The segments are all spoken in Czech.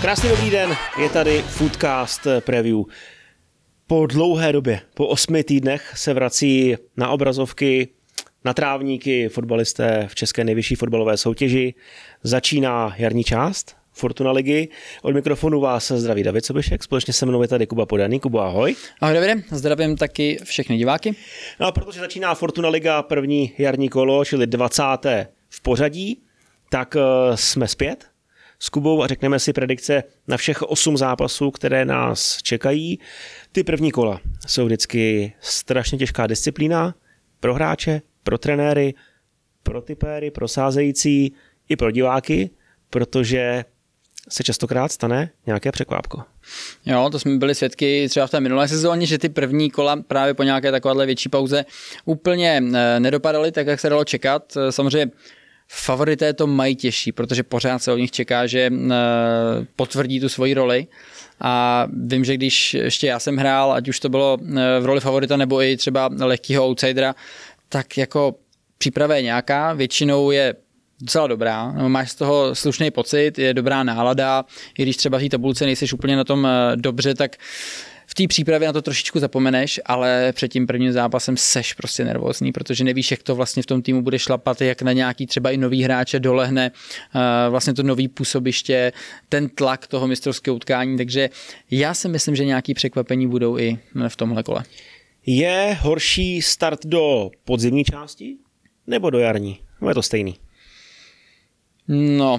Krásný dobrý den, je tady Footcast Preview. Po dlouhé době, po 8 týdnech se vrací na obrazovky, na trávníky fotbalisté v české nejvyšší fotbalové soutěži. Začíná jarní část Fortuna ligy. Od mikrofonu vás zdraví David Sobišek, společně se mnou je tady Kuba Podaný. Kubo, ahoj. Ahoj Davide, zdravím taky všechny diváky. No a protože začíná Fortuna liga první jarní kolo, čili 20. v pořadí, tak jsme zpět s Kubou a řekneme si predikce na všech 8 zápasů, které nás čekají. Ty první kola jsou vždycky strašně těžká disciplína pro hráče, pro trenéry, pro tipéry, pro sázející i pro diváky, protože se častokrát stane nějaké překvápko. Jo, to jsme byli svědky třeba v té minulé sezóně, že ty první kola právě po nějaké takovéhle větší pauze úplně nedopadaly tak, jak se dalo čekat. Samozřejmě favorité to mají těžší, protože pořád se od nich čeká, že potvrdí tu svoji roli. A vím, že když ještě já jsem hrál, ať už to bylo v roli favorita nebo i třeba lehkýho outsidera, tak jako příprava je nějaká, většinou je docela dobrá, máš z toho slušný pocit, je dobrá nálada, i když třeba v té tabulce nejseš úplně na tom dobře, tak v té přípravě na to trošičku zapomeneš, ale před tím prvním zápasem seš prostě nervózní, protože nevíš, jak to vlastně v tom týmu bude šlapat, jak na nějaký třeba i nový hráče dolehne vlastně to nový působiště, ten tlak toho mistrovského utkání, takže já si myslím, že nějaký překvapení budou i v tomhle kole. Je horší start do podzimní části nebo do jarní? No je to stejný. No,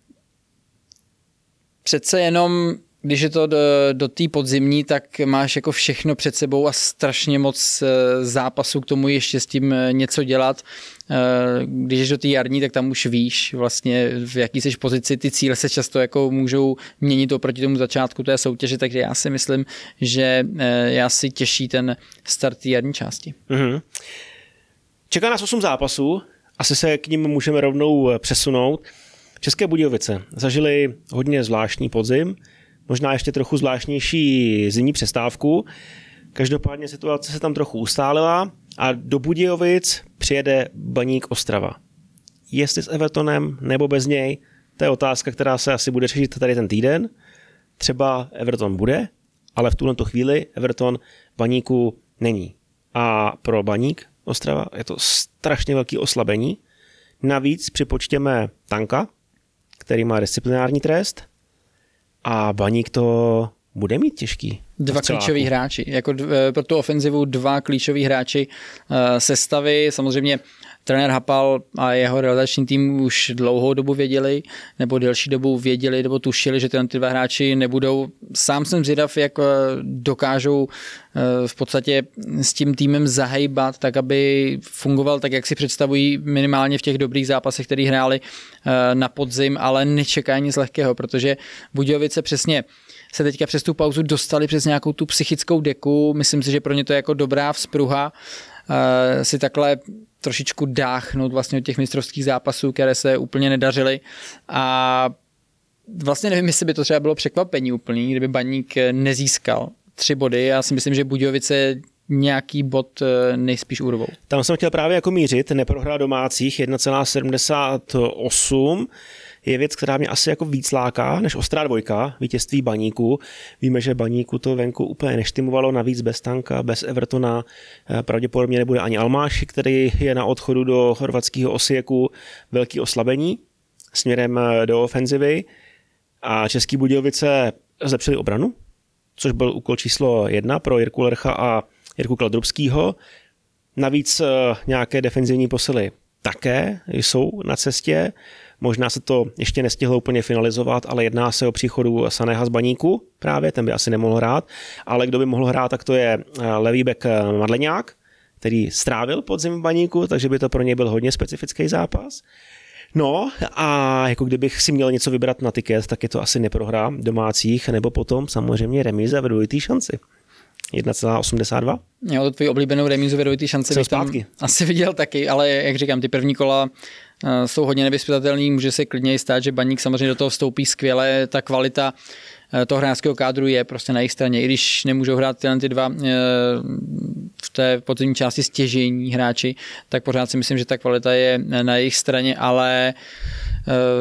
přece jenom, když je to do té podzimní, tak máš jako všechno před sebou a strašně moc zápasů k tomu ještě s tím něco dělat. Když jsi do té jarní, tak tam už víš vlastně, v jaký jsi pozici, ty cíle se často jako můžou měnit oproti tomu začátku té soutěže, takže já si myslím, že já si těší ten start té jarní části. Mm-hmm. Čeká nás 8 zápasů, asi se k nim můžeme rovnou přesunout. České Budějovice zažili hodně zvláštní podzim, možná ještě trochu zvláštnější zimní přestávku. Každopádně situace se tam trochu ustálila a do Budějovic přijede Baník Ostrava. Jestli s Evertonem nebo bez něj, to je otázka, která se asi bude řešit tady ten týden. Třeba Everton bude, ale v tuto chvíli Everton Baníku není. A pro Baník Ostrava je to strašně velké oslabení. Navíc připočtěme Tanka, který má disciplinární trest, a Baník to bude mít těžký. 2 klíčoví hráči. Jako pro tu ofenzivu 2 klíčoví hráči sestavy. Samozřejmě trenér Hapal a jeho realizační tým už dlouhou dobu věděli, nebo delší dobu věděli, nebo tušili, že ty 2 hráči nebudou. Sám jsem zvědav, jak dokážou v podstatě s tím týmem zahejbat, tak aby fungoval tak, jak si představují minimálně v těch dobrých zápasech, který hráli na podzim, ale nečekají nic lehkého, protože Budějovice přesně se teďka přes tu pauzu dostali přes nějakou tu psychickou deku. Myslím si, že pro ně to je jako dobrá vzpruha si takhle trošičku dáchnout vlastně od těch mistrovských zápasů, které se úplně nedařily. A vlastně nevím, jestli by to třeba bylo překvapení úplný, kdyby Baník nezískal 3 body. Já si myslím, že Budějovice nějaký bod nejspíš urvou. Tam jsem chtěl právě jako mířit, neprohrál domácích 1,78. Je věc, která mě asi jako víc láká než ostrá dvojka, vítězství Baníku. Víme, že Baníku to venku úplně neštimovalo, navíc bez Tanka, bez Evertona. Pravděpodobně nebude ani Almáši, který je na odchodu do chorvatského Osijeku, velký oslabení směrem do ofenzivy. A Český Budějovice zlepšili obranu, což byl úkol číslo 1 pro Jirku Lercha a Jirku Kladrubskýho. Navíc nějaké defenzivní posily také jsou na cestě. Možná se to ještě nestihlo úplně finalizovat, ale jedná se o příchodu Saného z Baníku právě, ten by asi nemohl hrát, ale kdo by mohl hrát, tak to je levý bek Madleňák, který strávil podzim v Baníku, takže by to pro něj byl hodně specifický zápas. No a jako kdybych si měl něco vybrat na tiket, tak je to asi neprohra domácích, nebo potom samozřejmě remíza ve dvojitý šanci. 1,82. Jo, to tvoji oblíbenou remízu ve dvojitý šanci bych tam asi viděl taky, ale jak říkám, ty první kola jsou hodně nevyzpytatelný, může se klidně stát, že Baník samozřejmě do toho vstoupí skvěle, ta kvalita toho hráčského kádru je prostě na jejich straně, i když nemůžou hrát ty 2 v té podzimní části stěžejní hráči, tak pořád si myslím, že ta kvalita je na jejich straně, ale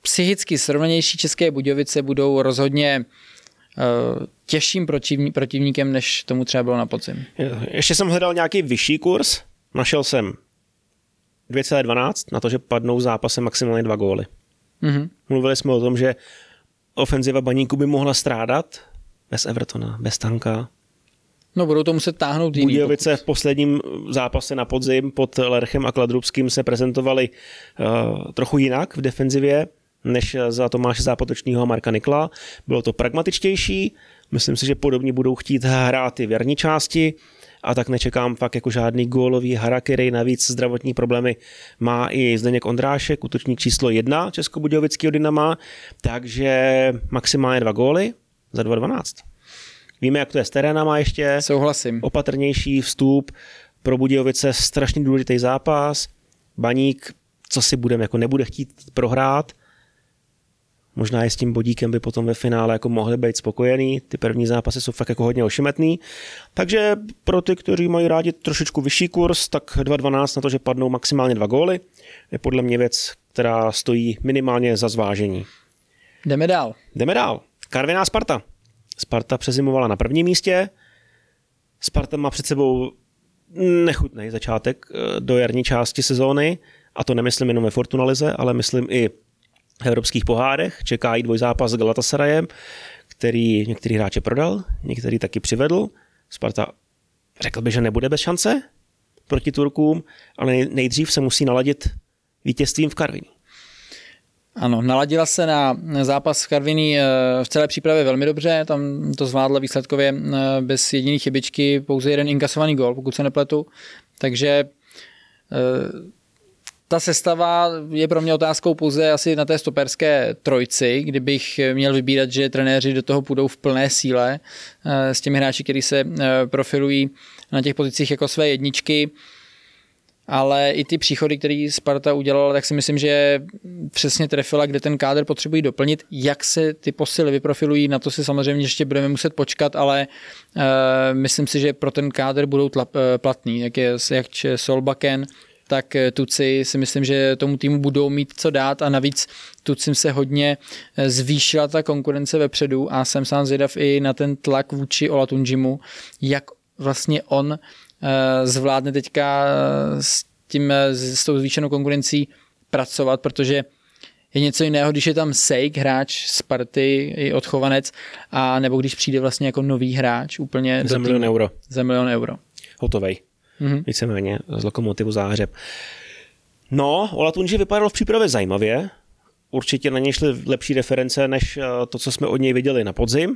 psychicky srovnanější České Budějovice budou rozhodně těžším protivníkem, než tomu třeba bylo na podzim. Ještě jsem hledal nějaký vyšší kurz, našel jsem 2,12 na to, že padnou v zápase maximálně 2 góly. Mm-hmm. Mluvili jsme o tom, že ofenziva Baníku by mohla strádat bez Evertona, bez Tanka. No, budou to muset táhnout jiný. Budějovice v posledním zápase na podzim pod Lerchem a Kladrubským se prezentovali trochu jinak v defenzivě, než za Tomáše Zápotočného a Marka Nikla. Bylo to pragmatičtější, myslím si, že podobně budou chtít hrát i v jarní části a tak nečekám fakt jako žádný gólový harakiri, navíc zdravotní problémy má i Zdeněk Ondrášek, útočník číslo 1 Českobudějovického Dynama, takže maximálně 2 góly za 2,12. Víme, jak to je s terénama ještě. Souhlasím. Opatrnější vstup, pro Budějovice strašně důležitý zápas, Baník, co si budeme, jako nebude chtít prohrát, možná i s tím bodíkem by potom ve finále jako mohli být spokojený. Ty první zápasy jsou fakt jako hodně ošemetný. Takže pro ty, kteří mají rádi trošičku vyšší kurz, tak 2,12 na to, že padnou maximálně 2 góly, je podle mě věc, která stojí minimálně za zvážení. Jdeme dál. Karviná Sparta. Sparta přezimovala na prvním místě. Sparta má před sebou nechutný začátek do jarní části sezóny. A to nemyslím jenom ve Fortuna lize, ale myslím i v evropských pohárech. Čeká jí dvojzápas s Galatasarajem, který některý hráče prodal, některý taky přivedl. Sparta řekl by, že nebude bez šance proti Turkům, ale nejdřív se musí naladit vítězstvím v Karviní. Ano, naladila se na zápas v Karviní v celé přípravě velmi dobře, tam to zvládla výsledkově bez jediné chybičky, pouze jeden inkasovaný gól, pokud se nepletu, takže ta sestava je pro mě otázkou pouze asi na té stoperské trojci, kdybych měl vybírat, že trenéři do toho půjdou v plné síle s těmi hráči, kteří se profilují na těch pozicích jako své jedničky, ale i ty příchody, které Sparta udělala, tak si myslím, že přesně trefila, kde ten kádr potřebují doplnit. Jak se ty posily vyprofilují, na to si samozřejmě ještě budeme muset počkat, ale myslím si, že pro ten kádr budou platný, jak Solbakken, tak Tuci si myslím, že tomu týmu budou mít co dát a navíc Tucim se hodně zvýšila ta konkurence vepředu a jsem sám zvědav i na ten tlak vůči Olatunjimu, jak vlastně on zvládne teďka s tou zvýšenou konkurencí pracovat, protože je něco jiného, když je tam Sejk, hráč Sparty, i odchovanec, a nebo když přijde vlastně jako nový hráč úplně za milion euro. Za milion euro. Hotovej. Víceméně z Lokomotivu Záhřeb. No, Olatunji vypadal v přípravě zajímavě. Určitě na něj šly lepší reference, než to, co jsme od něj viděli na podzim.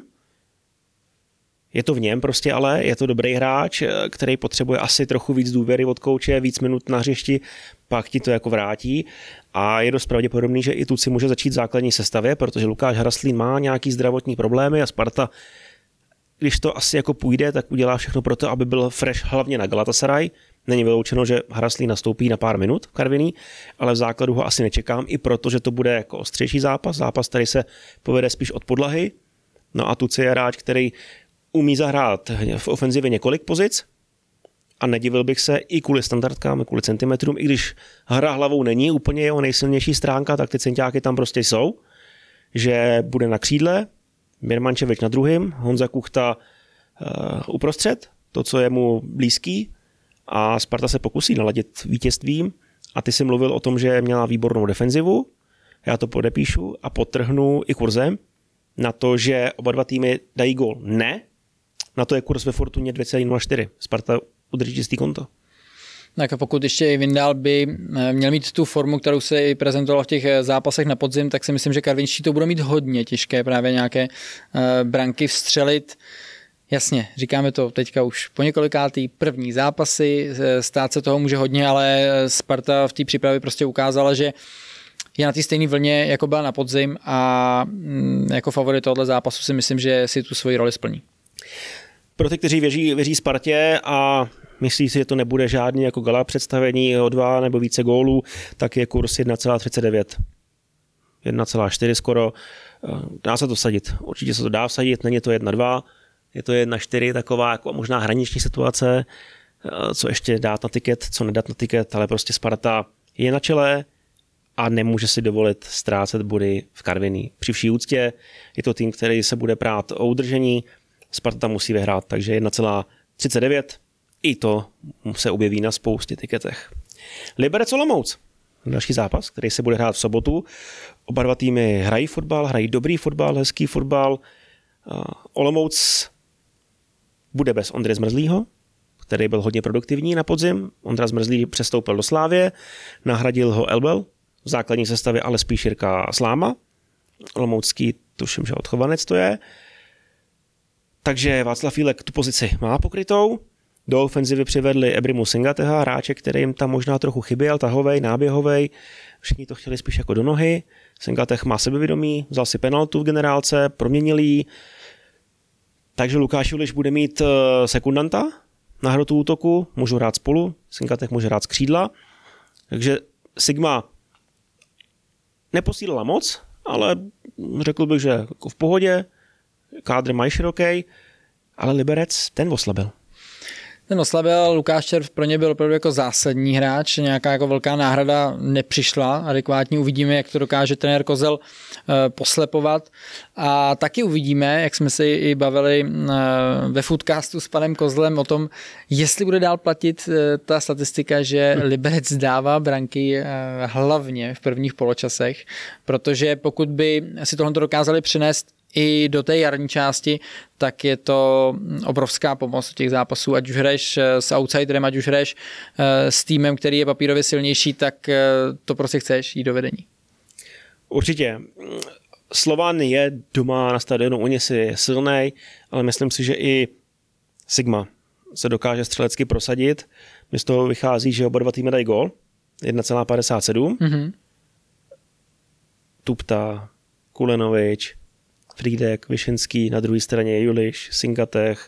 Je to v něm prostě, ale je to dobrý hráč, který potřebuje asi trochu víc důvěry od kouče, víc minut na hřišti, pak ti to jako vrátí. A je dost pravděpodobný, že i Tuci může začít v základní sestavě, protože Lukáš Haraslín má nějaký zdravotní problémy a Sparta, když to asi jako půjde, tak udělá všechno pro to, aby byl fresh hlavně na Galatasaray. Není vyloučeno, že Haraslín nastoupí na pár minut v Karviní, ale v základu ho asi nečekám, i proto, že to bude jako ostřejší zápas, který se povede spíš od podlahy. No a Tuci je hráč, který umí zahrát v ofenzivě několik pozic a nedivil bych se i kvůli standardkám, kvůli centimetrům, i když hra hlavou není úplně jeho nejsilnější stránka, tak ty centiáky tam prostě jsou, že bude na křídle, Birmančevič na druhém, Honza Kuchta uprostřed, to, co je mu blízký, a Sparta se pokusí naladit vítězstvím. A ty jsi mluvil o tom, že měla výbornou defenzivu, já to podepíšu a podtrhnu i kurzem na to, že oba dva týmy dají gól. Ne, na to je kurz ve Fortuně 2,04. Sparta udrží čistý konto. Tak a pokud ještě i Vindal by měl mít tu formu, kterou se i prezentoval v těch zápasech na podzim, tak si myslím, že karvinští to budou mít hodně těžké právě nějaké branky vstřelit. Jasně, říkáme to teďka už po několikátý, první zápasy, stát se toho může hodně, ale Sparta v té přípravě prostě ukázala, že je na té stejné vlně, jako byla na podzim, a jako favorit tohoto zápasu si myslím, že si tu svoji roli splní. Pro ty, kteří věří Spartě a myslí si, že to nebude žádný jako gala představení o 2 nebo více gólů, tak je kurz 1,39. 1,4 skoro. Dá se to vsadit. Určitě se to dá vsadit, není to 1,2. Je to 1,4, taková jako možná hraniční situace, co ještě dát na tiket, co nedat na tiket, ale prostě Sparta je na čele a nemůže si dovolit ztrácet body v Karviní. Při vší úctě je to tým, který se bude prát o udržení, Sparta tam musí vyhrát, takže 1,39, i to se objeví na spoustě tiketech. Liberec Olomouc, další zápas, který se bude hrát v sobotu. Oba dva týmy hrají fotbal, hrají dobrý fotbal, hezký fotbal. Olomouc bude bez Ondry Zmrzlýho, který byl hodně produktivní na podzim. Ondra Zmrzlý přestoupil do Slávie, nahradil ho Elbel, v základní sestavě ale spíš Jirka Sláma. Olomoucký, tuším, že odchovanec to je. Takže Václav Fílek tu pozici má pokrytou. Do ofenzivy přivedli Ebrimu Singateha, hráče, který jim tam možná trochu chyběl, tahovej, náběhovej. Všichni to chtěli spíš jako do nohy. Singatech má sebevědomí, vzal si penaltu v generálce, proměnil ji. Takže Lukáš Juliš bude mít sekundanta na hrotu útoku, můžou hrát spolu, Singatech může hrát z křídla. Takže Sigma neposílila moc, ale řekl bych, že jako v pohodě, kádr mají široký, ale Liberec ten oslabil. Ten oslabil, Lukáš Červ pro ně byl opravdu jako zásadní hráč, nějaká jako velká náhrada nepřišla, adekvátně uvidíme, jak to dokáže trenér Kozel poslepovat a taky uvidíme, jak jsme se i bavili ve Foodcastu s panem Kozlem o tom, jestli bude dál platit ta statistika, že Liberec dává branky hlavně v prvních poločasech, protože pokud by si tohle dokázali přinést i do té jarní části, tak je to obrovská pomoc těch zápasů, ať už hraješ s outsiderem, ať už hraješ s týmem, který je papírově silnější, tak to prostě chceš jít do vedení. Určitě. Slovan je doma na stadionu Unisy silnej, ale myslím si, že i Sigma se dokáže střelecky prosadit. Mně z toho vychází, že oba dva týmy dají gól, 1,57. Mm-hmm. Tupta, Kulenovič, Frídek, Vyšinský, na druhé straně Juliš, Singatech,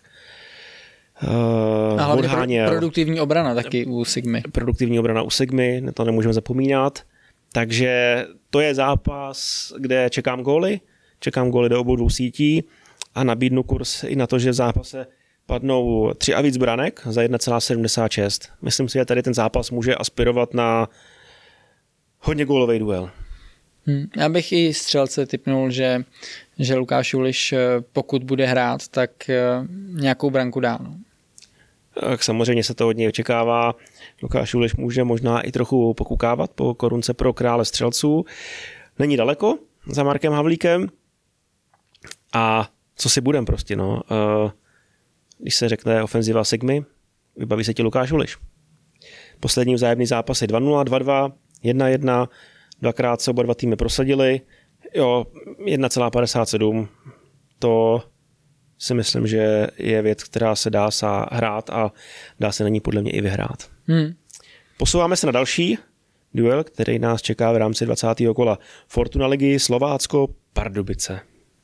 a hlavně produktivní obrana taky u Sigmy. Produktivní obrana u Sigmy, to nemůžeme zapomínat. Takže to je zápas, kde čekám góly do obou dvou sítí a nabídnu kurz i na to, že v zápase padnou 3 a víc branek za 1,76. Myslím si, že tady ten zápas může aspirovat na hodně gólový duel. Já bych i střelce tipnul, že Lukáš Juliš, pokud bude hrát, tak nějakou branku dá. No. Tak samozřejmě se to od něj očekává. Lukáš Juliš může možná i trochu pokukávat po korunce pro krále střelců. Není daleko za Markem Havlíkem. A co si budem prostě, no. Když se řekne ofenziva Sigmy, vybaví se ti Lukáš Juliš. Poslední vzájemný zápas je 2-0, 2-2, 1-1, dvakrát se oba dva týmy prosadili. Jo, 1,57, to si myslím, že je věc, která se dá hrát a dá se na ní podle mě i vyhrát. Posouváme se na další duel, který nás čeká v rámci 20. kola Fortuna ligy Slovácko-Pardubice.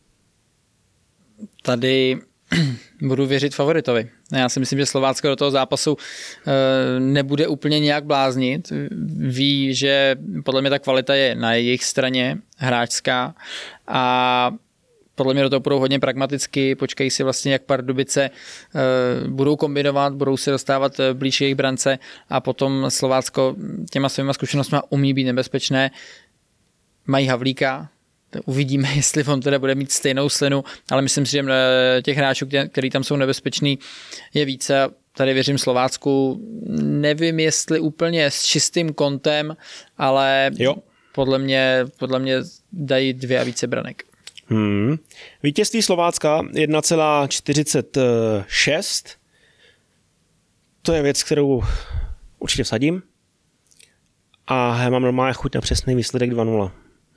Tady budu věřit favoritovi. Já si myslím, že Slovácko do toho zápasu nebude úplně nějak bláznit. Ví, že podle mě ta kvalita je na jejich straně hráčská a podle mě do toho budou hodně pragmaticky, počkají si vlastně, jak Pardubice budou kombinovat, budou se dostávat blíž jejich brance a potom Slovácko těma svýma zkušenostmi umí být nebezpečné. Mají Havlíka, uvidíme, jestli on teda bude mít stejnou slinu, ale myslím si, že těch hráčů, kteří tam jsou nebezpeční, je více. Tady věřím Slovácku. Nevím, jestli úplně s čistým kontem, ale jo. Podle mě dají 2 a více branek. Vítězství Slovácka 1,46. To je věc, kterou určitě vsadím. A mám normálně chuť na přesný výsledek 2-0.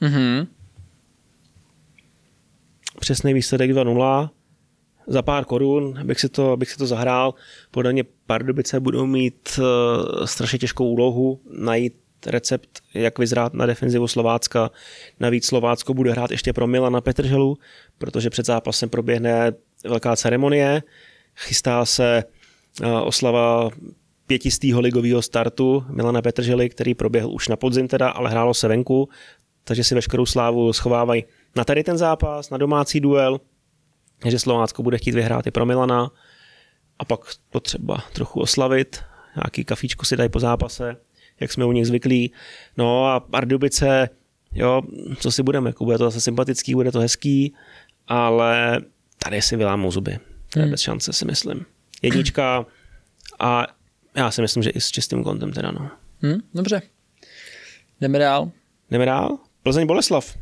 Přesný výsledek 2-0. Za pár korun bych si to zahrál. Podle mě Pardubice budou mít strašně těžkou úlohu najít recept, jak vyzrát na defenzivu Slovácka. Navíc Slovácko bude hrát ještě pro Milana Petrželu, protože před zápasem proběhne velká ceremonie. Chystá se oslava 500. ligového startu Milana Petržely, který proběhl už na podzim teda, ale hrálo se venku, takže si veškerou slávu schovávají na tady ten zápas, na domácí duel, že Slovácko bude chtít vyhrát i pro Milana a pak to třeba trochu oslavit, nějaký kafíčko si dají po zápase. jak jsme u nich zvyklí. No a Pardubice, jo, co si budeme, jako bude to zase sympatický, bude to hezký, ale tady si vylámou zuby. To je bez šance, si myslím. 1 a já si myslím, že i s čistým kontem teda, no. Dobře. Jdeme dál. Plzeň Boleslav.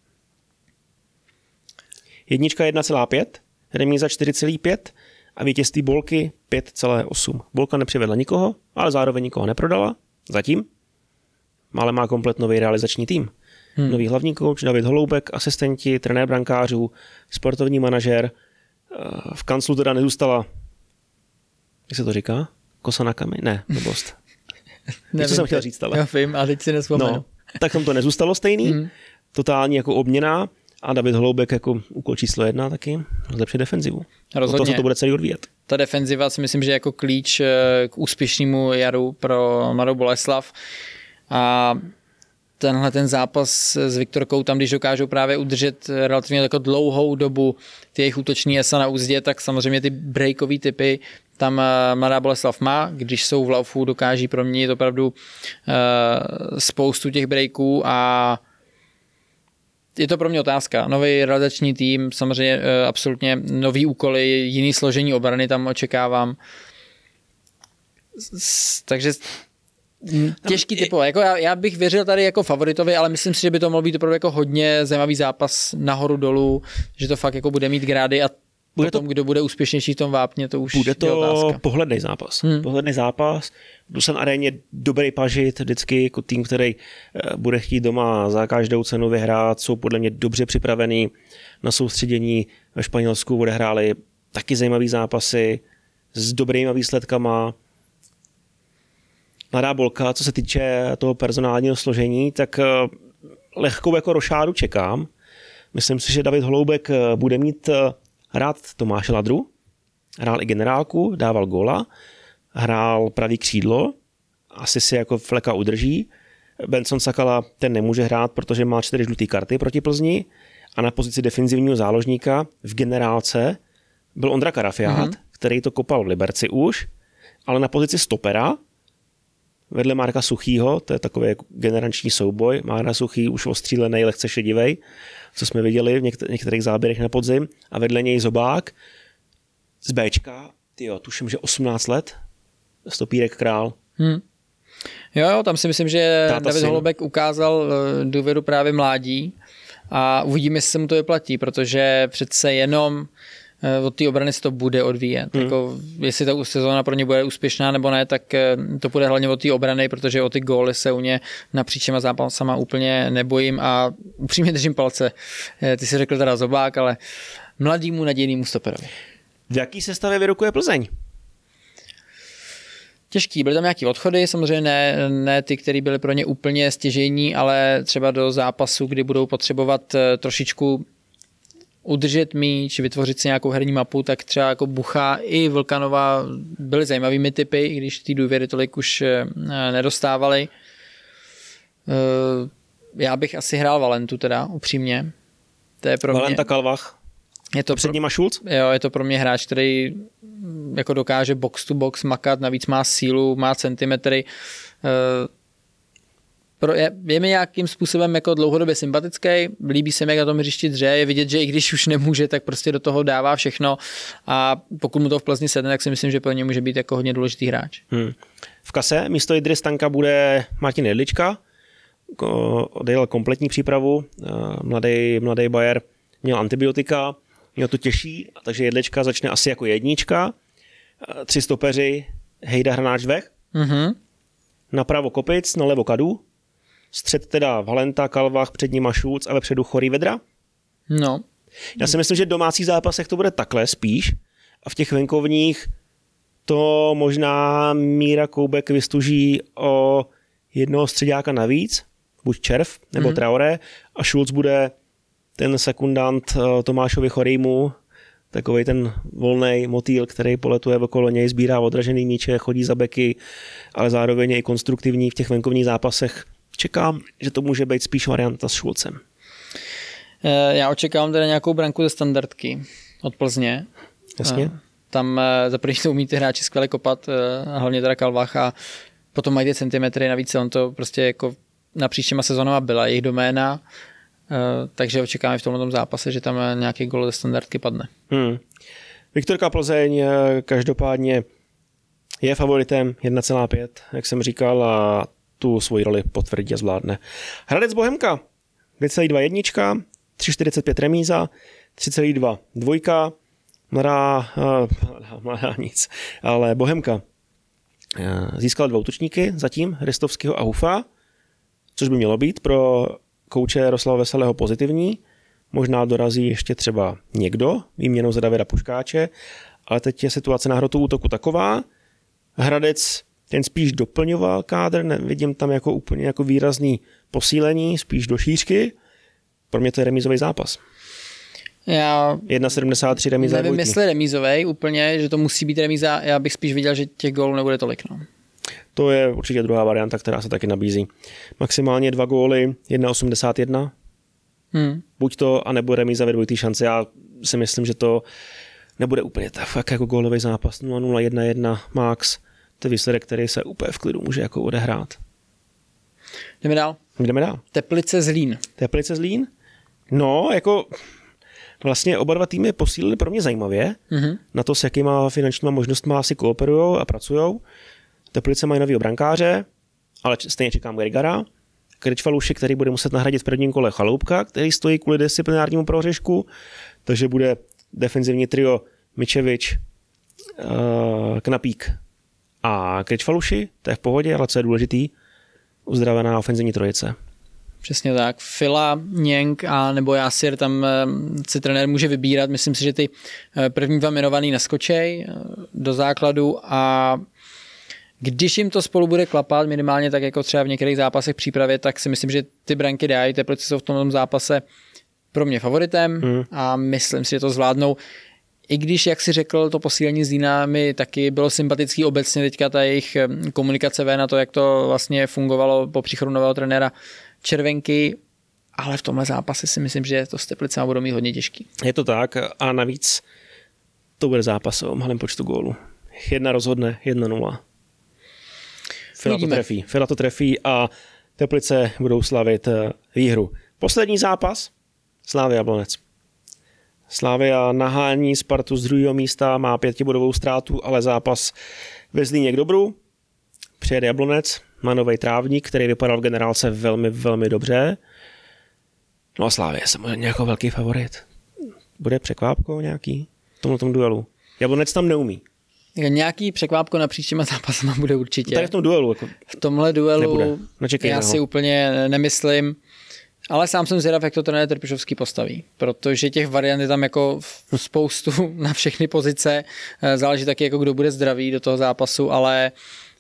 1 1,5, remíza 4,5 a vítězství Bolky 5,8. Bolka nepřivedla nikoho, ale zároveň nikoho neprodala. Zatím. Ale má komplet nový realizační tým. Nový hlavní kouč David Holoubek, asistenti, trenér brankářů, sportovní manažer. V kanclu teda nezůstala, jak se to říká? Kosa na kami? Ne, blbost. Co jsem chtěl říct, ale. Já vím, a teď si nespomenu. No, tak tam to nezůstalo stejný. Totální jako obměna a David Holoubek jako úkol číslo 1 taky zlepšit defenzivu. Rozhodně. O to se to bude celý odvíjet. Ta defenziva si myslím, že jako klíč k úspěšnému jaru pro Mladou Boleslav. A tenhle ten zápas s Viktorkou, tam když dokážou právě udržet relativně jako dlouhou dobu ty jejich útoční esa na úzdě, tak samozřejmě ty breakový typy tam Mladá Boleslav má, když jsou v laufu, dokáží proměnit opravdu spoustu těch breaků a je to pro mě otázka. Nový realizační tým, samozřejmě absolutně nový úkoly, jiný složení obrany tam očekávám. Takže těžký typo. Jako já bych věřil tady jako favoritovi, ale myslím si, že by to mohl být opravdu jako hodně zajímavý zápas nahoru dolů, že to fakt jako bude mít grády a potom, kdo bude úspěšnější v tom vápně, to už bude to je otázka. pohledný zápas. Pohledný zápas. V Dusan aréně dobrý pažit, vždycky jako tým, který bude chtít doma za každou cenu vyhrát, jsou podle mě dobře připravený na soustředění. Ve Španělsku odehráli taky zajímavý zápasy s dobrýma výsledkama. Mladá Bolka, co se týče toho personálního složení, tak lehkou jako rošádu čekám. Myslím si, že David Holoubek bude mít rád Tomáše Ladru, hrál i generálku, dával góla, hrál pravý křídlo, asi si jako fleka udrží. Benson Sakala ten nemůže hrát, protože má 4 žluté karty proti Plzni a na pozici defenzivního záložníka v generálce byl Ondra Karafiát, který to kopal v Liberci už, ale na pozici stopera vedle Marka Suchýho, to je takový jako generační souboj, Marek Suchý už ostřílený, lehce šedivej, co jsme viděli v některých záběrech na podzim, a vedle něj Zobák z Bčka, tuším, že 18 let, Stopírek Král. Jo, tam si myslím, že David Holoubek ukázal důvěru právě mládí a uvidíme, jestli se mu to vyplatí, protože přece jenom od té obrany se to bude odvíjet. Jako, jestli ta sezóna pro ně bude úspěšná nebo ne, tak to bude hlavně od té obrany, protože o ty góly se u ně napříč těma zápasama úplně nebojím a upřímně držím palce. Ty jsi řekl teda Zobák, ale mladýmu nadějnýmu stoperovi. V jaký sestavě vyrukuje Plzeň? Těžký, byly tam nějaký odchody, samozřejmě ne ty, které byly pro ně úplně stěžejní, ale třeba do zápasu, kdy budou potřebovat trošičku udržet míč, vytvořit si nějakou herní mapu, tak třeba jako Bucha i Vlkanova byly zajímavými typy, i když ty důvěry tolik už nedostávali. Já bych asi hrál Valentu teda, upřímně. To je pro Valenta mě... Kalvach. Je to před nima Schulz? Jo, je to pro mě hráč, který jako dokáže box to box makat, navíc má sílu, má centimetry. Je mi nějakým způsobem jako dlouhodobě sympatický, líbí se mi, jak na tom hřišti dře, je vidět, že i když už nemůže, tak prostě do toho dává všechno a pokud mu to v Plzni sedne, tak si myslím, že pro ně může být jako hodně důležitý hráč. V kase místo Jidry Stanka bude Martin Jedlička, odjel kompletní přípravu, mladý Bayer měl antibiotika, měl to těžší, takže Jedlička začne asi jako jednička, 3 stopeři, Hejda Hranáč Vech, napravo Kopic, nalevo Kadu, střed teda Valenta, Kalvach, před nima Schulz a vepředu Chorý Vedra. No. Já si myslím, že v domácích zápasech to bude takhle spíš a v těch venkovních to možná Míra Koubek vystuží o jednoho středáka navíc, buď Červ nebo Traoré, a Schulz bude ten sekundant Tomášovi Chorýmu, takovej ten volnej motýl, který poletuje okolo něj, sbírá odražený míče, chodí za beky, ale zároveň je i konstruktivní v těch venkovních zápasech. Čekám, že to může být spíš varianta s Schulzem. Já očekávám teda nějakou branku ze standardky od Plzně. Jasně. Tam za první to umí ty hráči skvěle kopat, hlavně teda Kalvach, a potom mají ty centimetry, navíc on to prostě jako napříč těma sezónama byla jejich doména, takže očekáváme v tomhle zápase, že tam nějaký gól ze standardky padne. Viktorka Plzeň každopádně je favoritem 1,5, jak jsem říkal, a tu svoji roli potvrdí a zvládne. Hradec Bohemka 2,2 jednička, 3,45 remíza, 3,2 dvojka, mladá nic, ale Bohemka získala 2 útočníky zatím, Ristovského a Hufa, což by mělo být pro kouče Jaroslava Veselého pozitivní. Možná dorazí ještě třeba někdo výměnou za Davida Puškáče, ale teď je situace na hrotu útoku taková. Hradec ten spíš doplňoval kádr, nevidím tam jako úplně jako výrazný posílení, spíš do šířky. Pro mě to je remízový zápas. Já 1,73 remíza. Nevím, jestli remízovej úplně, že to musí být remíza, já bych spíš viděl, že těch gólů nebude tolik. No. To je určitě druhá varianta, která se taky nabízí. Maximálně 2 góly, 1,81. Buď to, anebo remíza ve dvojitý šanci. Já si myslím, že to nebude úplně tak jako gólový zápas. 0-0, 1-1 max. To je výsledek, který se úplně v klidu může jako odehrát. Jdeme dál. Teplice Zlín. No, jako vlastně oba dva týmy posílili pro mě zajímavě. Na to, s jakýma finančníma možnostma asi kooperujou a pracujou. Teplice mají novýho brankáře, ale stejně čekám Gerigara. Krčvaluši, který bude muset nahradit v prvním kole Chaloupka, který stojí kvůli disciplinárnímu prohřešku, takže bude defenzivní trio Mičevič, Knapík a Krčvaluši, to je v pohodě, ale co je důležitý, uzdravená ofenzivní trojice. Přesně tak. Fila, Něng a nebo Jásir, tam si trenér může vybírat. Myslím si, že ty první 2 jmenovaný naskočej do základu a když jim to spolu bude klapat, minimálně tak jako třeba v některých zápasech přípravě, tak si myslím, že ty branky dají. Teplice jsou v tomto zápase pro mě favoritem a myslím si, že to zvládnou. I když, jak si řekl, to posílení Zlína mi taky bylo sympatický obecně teďka ta jejich komunikace na to, jak to vlastně fungovalo po příchodu nového trenéra Červenky, ale v tomhle zápase si myslím, že to s Teplicema budou mít hodně těžký. Je to tak a navíc to bude zápas o malém počtu gólů. 1 rozhodne, 1-0. Fila to trefí a Teplice budou slavit výhru. Poslední zápas, Slavia Jablonec. Slavia nahání Spartu z 2. místa, má 5bodovou ztrátu, ale zápas ve Zlíně k dobru. Přijede Jablonec, má nový trávník, který vypadal v generálce velmi, velmi dobře. No a Slavia je samozřejmě jako velký favorit. Bude překvápko nějaký v tomhle duelu. Jablonec tam neumí. Nějaký překvápko napříč těma zápasama bude určitě. Tady v tom duelu. Jako v tomhle duelu já si úplně nemyslím, ale sám jsem zvědav, jak to trenér Trpišovský postaví, protože těch variant je tam jako spoustu na všechny pozice, záleží taky, jako kdo bude zdravý do toho zápasu, ale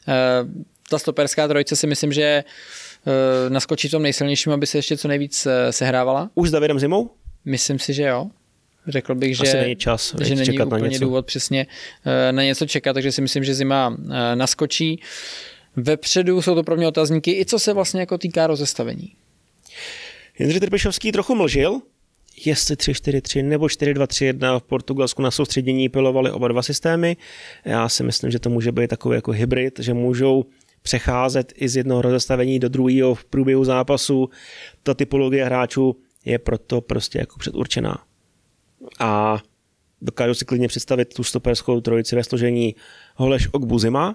ta stoperská trojice si myslím, že naskočí v tom nejsilnějším, aby se ještě co nejvíc sehrávala. Už s Davidem Zimou? Myslím si, že jo. Řekl bych, že není čas, že není úplně důvod přesně na něco čekat, takže si myslím, že Zima naskočí. Vepředu jsou to pro mě otazníky, i co se vlastně jako týká rozestavení. Jindřich Trpišovský trochu mlžil, jestli 3-4-3 nebo 4-2-3-1 v Portugalsku na soustředění pilovali oba dva systémy. Já si myslím, že to může být takový jako hybrid, že můžou přecházet i z jednoho rozestavení do druhého v průběhu zápasu. Ta typologie hráčů je proto prostě jako předurčená. A dokážu si klidně představit tu stoperskou trojici ve složení Holeš, Ogbu, Zima.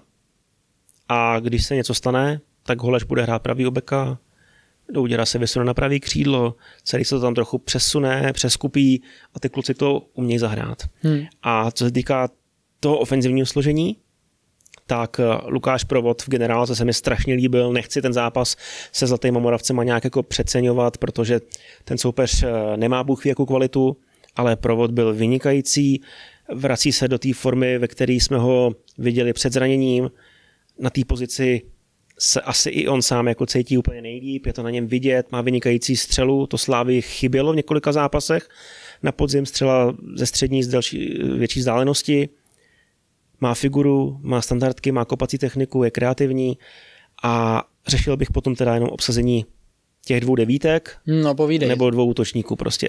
A když se něco stane, tak Holeš bude hrát pravýho beka, Douděra se vysune na pravý křídlo, celý se to tam trochu přesune, přeskupí a ty kluci to umějí zahrát. A co se týká toho ofenzivního složení, tak Lukáš Provod v generálce se mi strašně líbil, nechci ten zápas se Zlatýma Moravcema nějak jako přeceňovat, protože ten soupeř nemá bůh ví jakou kvalitu, ale Provod byl vynikající, vrací se do té formy, ve které jsme ho viděli před zraněním, na té pozici se asi i on sám jako cítí úplně nejlíp, je to na něm vidět, má vynikající střelu, to Slávii chybělo v několika zápasech, na podzim střela ze střední z větší vzdálenosti, má figuru, má standardky, má kopací techniku, je kreativní a řešil bych potom teda jenom obsazení těch 2 devítek, nebo 2 útočníků prostě.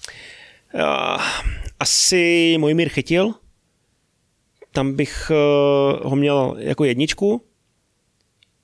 Asi Mojmír Chytil, tam bych ho měl jako 1,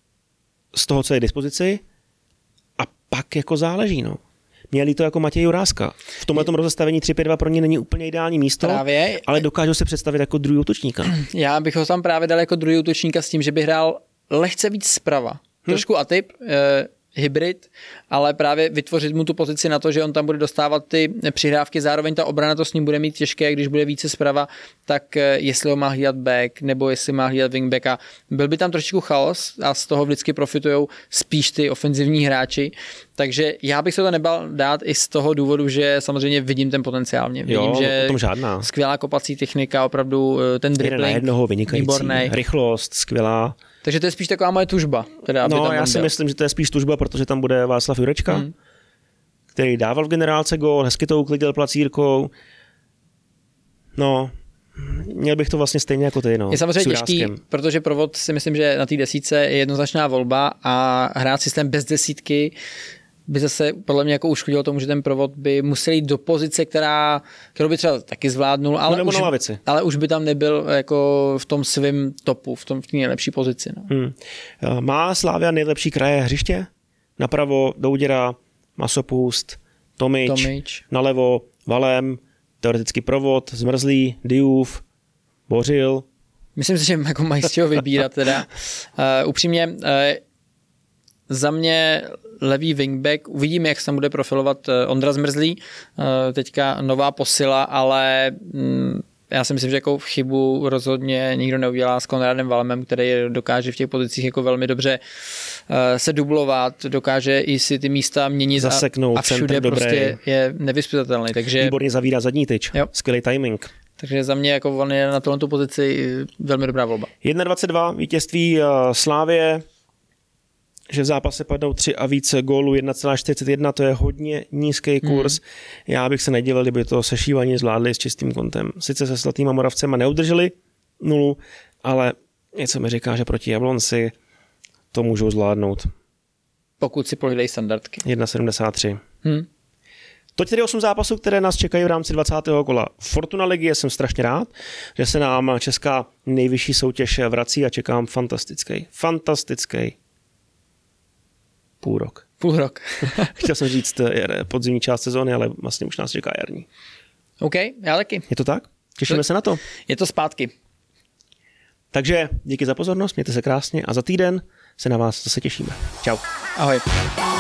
z toho, co je k dispozici a pak jako záleží, no. Měli to jako Matěj Juráska. V tomhletom rozestavení 3-5-2 pro ně není úplně ideální místo, právě, ale dokážu se představit jako druhý útočníka. Já bych ho tam právě dal jako druhý útočníka s tím, že by hrál lehce víc zprava. Trošku atyp, hybrid, ale právě vytvořit mu tu pozici na to, že on tam bude dostávat ty přihrávky, zároveň ta obrana to s ním bude mít těžké, když bude více zprava, tak jestli ho má hlídat back, nebo jestli má hlídat wingbacka. Byl by tam trošičku chaos a z toho vždycky profitujou spíš ty ofenzivní hráči, takže já bych se to nebal dát i z toho důvodu, že samozřejmě vidím ten potenciál. Vidím, že o tom žádná. skvělá kopací technika, opravdu ten dribbling, jeden na jednoho vynikající, výborný. Rychlost, skvělá. Takže to je spíš taková moje tužba. Teda, no, já si myslím, že to je spíš tužba, protože tam bude Václav Jurečka, který dával v generálce gól, hezky to uklidil placírkou. No, měl bych to vlastně stejně jako ty, no. Je samozřejmě těžký, protože provod si myslím, že na té desítce je jednoznačná volba a hrát systém bez desítky by zase podle mě jako uškodilo tomu, že ten provod by musel jít do pozice, kterou by třeba taky zvládnul, ale už by tam nebyl jako v tom svém topu, v té nejlepší pozici. No. Má Slavia nejlepší kraje hřiště? Napravo Douděra, Masopust, Tomič. Nalevo Valem, teoreticky Provod, Zmrzlý, Diouf, Bořil. Myslím si, že jako mají z čeho vybírat teda. Upřímně, za mě levý wingback, uvidíme, jak se tam bude profilovat Ondra Zmrzlý, teďka nová posila, ale já si myslím, že jako chybu rozhodně nikdo neudělá s Konrádem Valemem, který dokáže v těch pozicích jako velmi dobře se dublovat, dokáže i si ty místa měnit zaseknout, a všude prostě je nevyzpytatelný. Takže výborně zavírá zadní tyč, skvělý timing. Takže za mě jako on je na tohle pozici velmi dobrá volba. 1,22 vítězství Slávie, že v zápase padnou 3 a více gólů, 1,41, to je hodně nízký kurz. Já bych se nedivil, kdyby to sešívaní zvládli s čistým kontem. Sice se Zlatýma Moravcema neudrželi 0, ale něco mi říká, že proti Jablonci to můžou zvládnout. Pokud si pohlídají standardky. 1,73. To tedy 8 zápasů, které nás čekají v rámci 20. kola Fortuna ligy. Jsem strašně rád, že se nám česká nejvyšší soutěž vrací a čekám fantastický půl rok. Chtěl jsem říct podzimní část sezóny, ale vlastně už nás čeká jarní. OK, já taky. Je to tak? Těšíme se na to. Je to zpátky. Takže díky za pozornost, mějte se krásně a za týden se na vás zase těšíme. Čau. Ahoj.